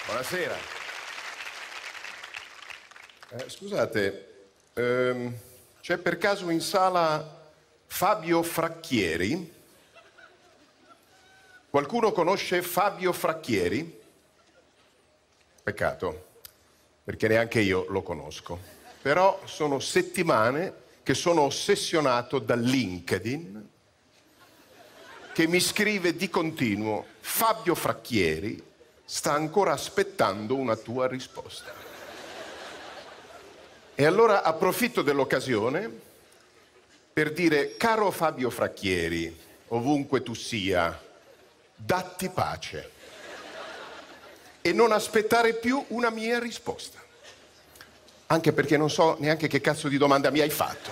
Buonasera. Scusate, c'è per caso in sala Fabio Fracchieri? Qualcuno conosce Fabio Fracchieri? Peccato, perché neanche io lo conosco. Però sono settimane che sono ossessionato da LinkedIn, che mi scrive di continuo: Fabio Fracchieri sta ancora aspettando una tua risposta. E allora approfitto dell'occasione per dire: caro Fabio Fracchieri, ovunque tu sia, datti pace e non aspettare più una mia risposta. Anche perché non so neanche che cazzo di domanda mi hai fatto.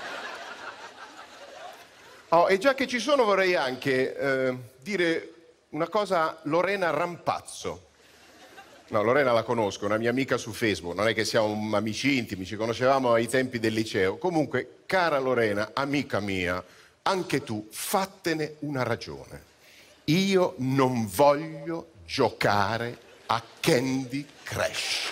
Oh, e già che ci sono vorrei anche dire una cosa a Lorena Rampazzo. No, Lorena la conosco, è una mia amica su Facebook, non è che siamo amici intimi, ci conoscevamo ai tempi del liceo. Comunque, cara Lorena, amica mia, anche tu fattene una ragione. Io non voglio giocare a Candy Crush.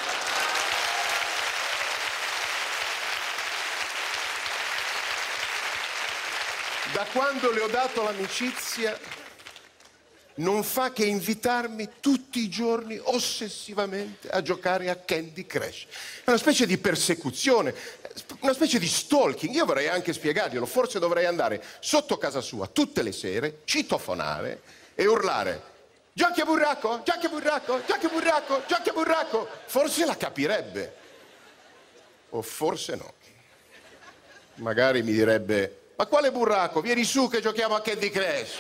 Da quando le ho dato l'amicizia non fa che invitarmi tutti i giorni ossessivamente a giocare a Candy Crush. È una specie di persecuzione, una specie di stalking. Io vorrei anche spiegarglielo, forse dovrei andare sotto casa sua tutte le sere, citofonare e urlare: giochi a burraco, giochi a burraco, giochi a burraco, giochi a burraco. Forse la capirebbe. O forse no. Magari mi direbbe: ma quale burraco? Vieni su che giochiamo a Candy Crush.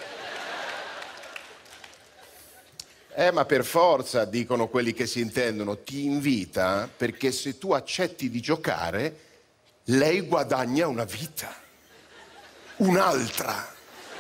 Ma per forza, dicono quelli che si intendono, ti invita perché se tu accetti di giocare, lei guadagna una vita. Un'altra.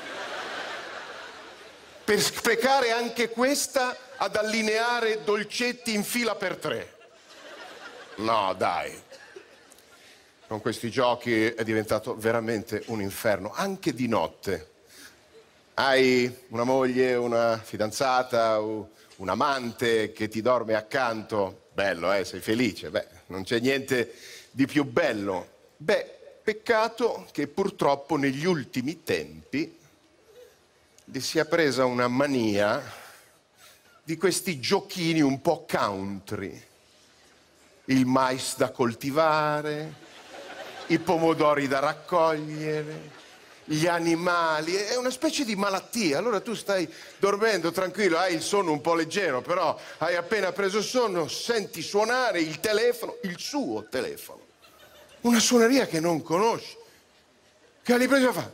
Per sprecare anche questa ad allineare dolcetti in fila per 3. No, dai. Con questi giochi è diventato veramente un inferno, anche di notte. Hai una moglie, una fidanzata, un amante che ti dorme accanto. Bello, sei felice? Beh, non c'è niente di più bello. Beh, peccato che purtroppo negli ultimi tempi gli sia presa una mania di questi giochini un po' country. Il mais da coltivare, i pomodori da raccogliere, gli animali, è una specie di malattia. Allora tu stai dormendo tranquillo, hai il sonno un po' leggero, però hai appena preso sonno, senti suonare il telefono, il suo telefono, una suoneria che non conosci, che all'improvviso fa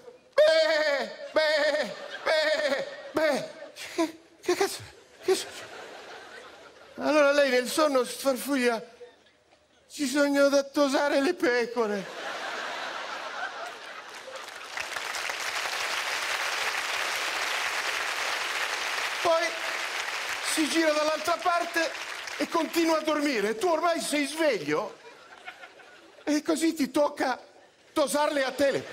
che cazzo, che succede? Allora lei nel sonno sfarfuglia: ci sogno da tosare le pecore. Poi si gira dall'altra parte e continua a dormire. Tu ormai sei sveglio e così ti tocca tosarle a te.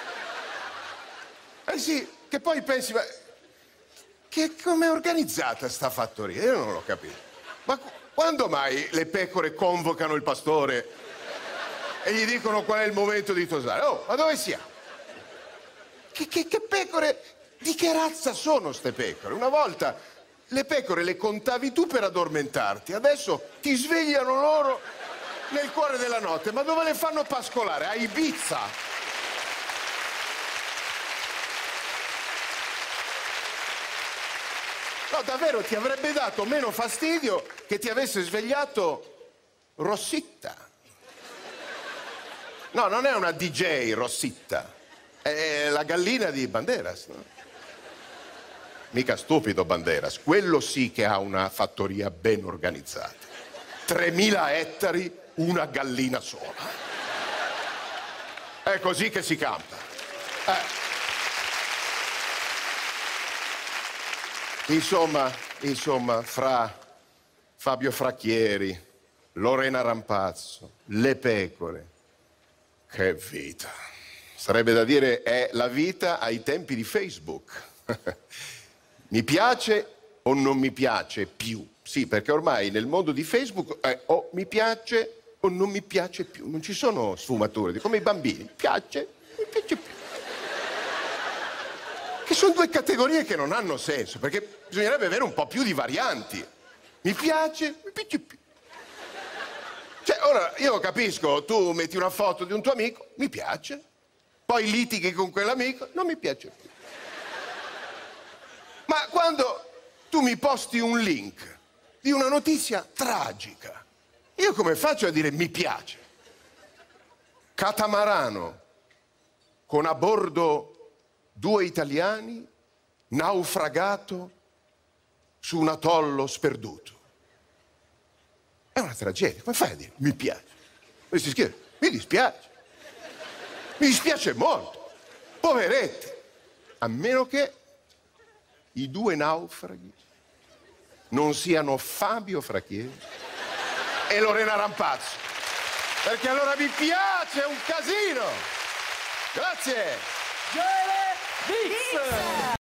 Sì, che poi pensi: ma com'è organizzata sta fattoria? Io non l'ho capito. Ma quando mai le pecore convocano il pastore e gli dicono qual è il momento di tosare? Oh, ma dove siamo? Che pecore? Di che razza sono ste pecore? Una volta le pecore le contavi tu per addormentarti, adesso ti svegliano loro nel cuore della notte. Ma dove le fanno pascolare? A Ibiza? No, davvero, ti avrebbe dato meno fastidio che ti avesse svegliato Rossita. No, non è una DJ Rossita, è la gallina di Banderas, no? Mica stupido Banderas, quello sì che ha una fattoria ben organizzata. 3.000 ettari, una gallina sola. È così che si campa. Insomma, fra Fabio Fracchieri, Lorena Rampazzo, le pecore, che vita. Sarebbe da dire è la vita ai tempi di Facebook. Mi piace o non mi piace più? Sì, perché ormai nel mondo di Facebook o mi piace o non mi piace più. Non ci sono sfumature, come i bambini. Mi piace, non mi piace più. Che sono due categorie che non hanno senso, perché bisognerebbe avere un po' più di varianti. Mi piace, mi piace più. Cioè, ora, io capisco, tu metti una foto di un tuo amico, mi piace, poi litighi con quell'amico, non mi piace più. Ma quando tu mi posti un link di una notizia tragica, io come faccio a dire mi piace? Catamarano con a bordo 2 italiani naufragato su un atollo sperduto. È una tragedia, come fai a dire mi piace? E si scrive, mi dispiace molto, poveretti, a meno che i 2 naufraghi non siano Fabio Fracchieri e Lorena Rampazzo, perché allora mi piace, è un casino. Grazie. Gioele Dix!